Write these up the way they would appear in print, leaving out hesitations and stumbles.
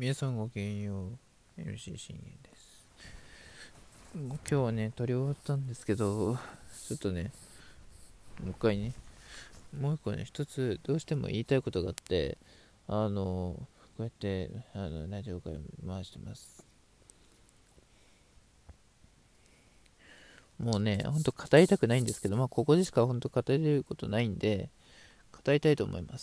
皆さんごきげんよう。 MC 信玄です。今日はね撮り終わったんですけど、ちょっとねもう一回ねもう一個ね一つどうしても言いたいことがあって、こうやってラジオ会を回してます。もうねほんと語りたくないんですけど、ここでしかほんと語れることないんで語りたいと思います。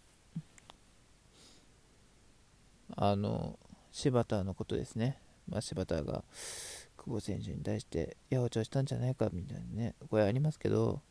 柴田のことですね。柴田が久保選手に対して八百長したんじゃないかみたいなね声ありますけど、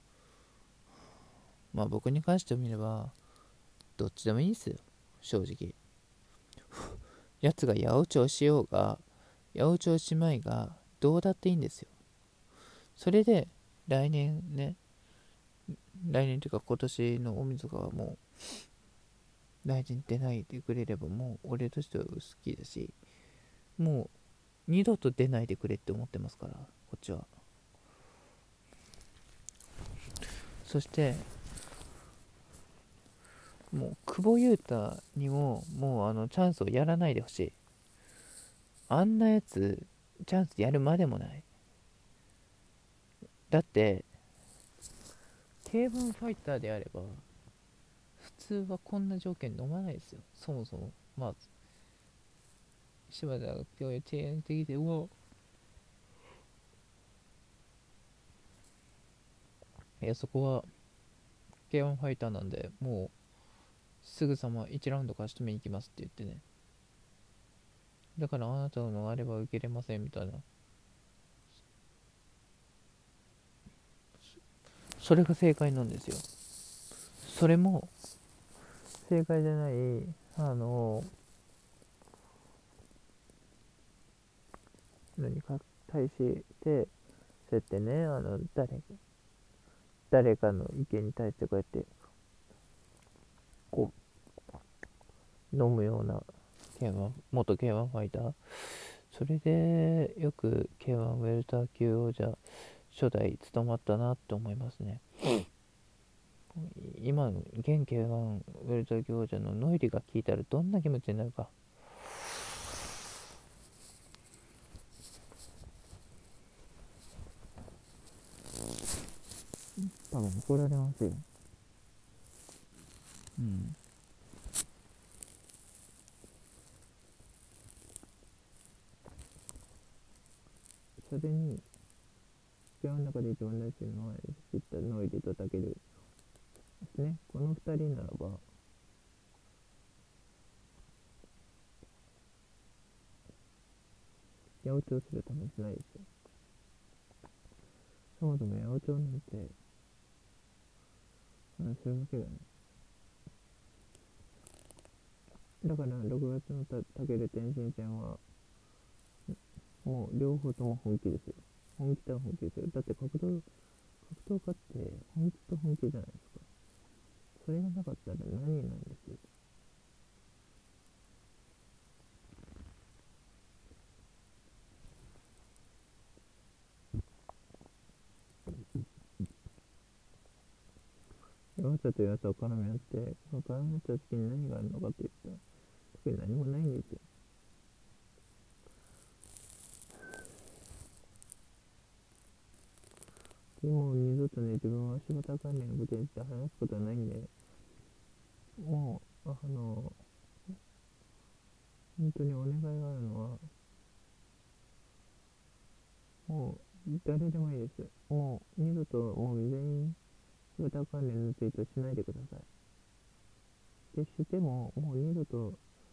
僕に関してみればどっちでもいいですよ、正直。やつが八百長しようが八百長しまいがどうだっていいんですよ。それで来年ね、来年というか今年の大晦日はもう来年出ないでくれればもう俺としては好きだし、もう二度と出ないでくれって思ってますから、こっちは。そしてもう久保優太にももうチャンスをやらないでほしい。あんなやつチャンスやるまでもない。だって K1 ファイターであれば普通はこんな条件飲まないですよ、そもそも。柴田が今日提案してきて、いやそこは K1 ファイターなんでもうすぐさま1ラウンドから仕留めに行きますって言ってね、だからあなたのあれば受けれませんみたいな、それが正解なんですよ。それも正解じゃない、何か対してそうやってね、誰かの意見に対してこうやってこう飲むような K1 元 K1 ファイター、それでよく K1 ウェルター級王者初代務まったなって思いますね。今の現 K1 ウェルター級王者のノイリが聞いたらどんな気持ちになるか。多分怒られますよ。うん。それにK1の中で一番大事なのは知ったノイリとタケルですね。この二人ならば八百長するためしないですよ。そもそも八百長なんてするわけがない。だから6月のタケル天心戦はもう両方とも本気ですよ。本気とは本気ですよ。だって格闘家って本気と本気じゃないですか。それがなかったら何なんですよ。弱さと弱さを絡め合って、その絡め合った時に何があるのかって言ったら特に何もないんですよ。でもう二度とね、自分は柴田関連のことについて話すことはないんで、もう本当にお願いがあるのは、もう誰でもいいです。もう二度ともう全員柴田関連のツイートしないでください。でしてももう二度と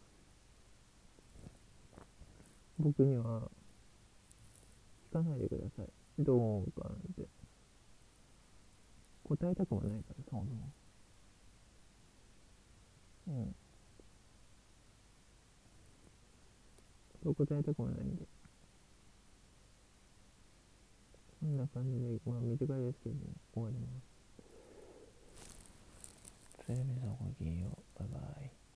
僕には聞かないでください。どう思うかなんて答えたくもないから、そもそも。そう答えたくもないんで。こんな感じで、短いですけども、終わります。それでは皆さんごきげんよう。バイバイ。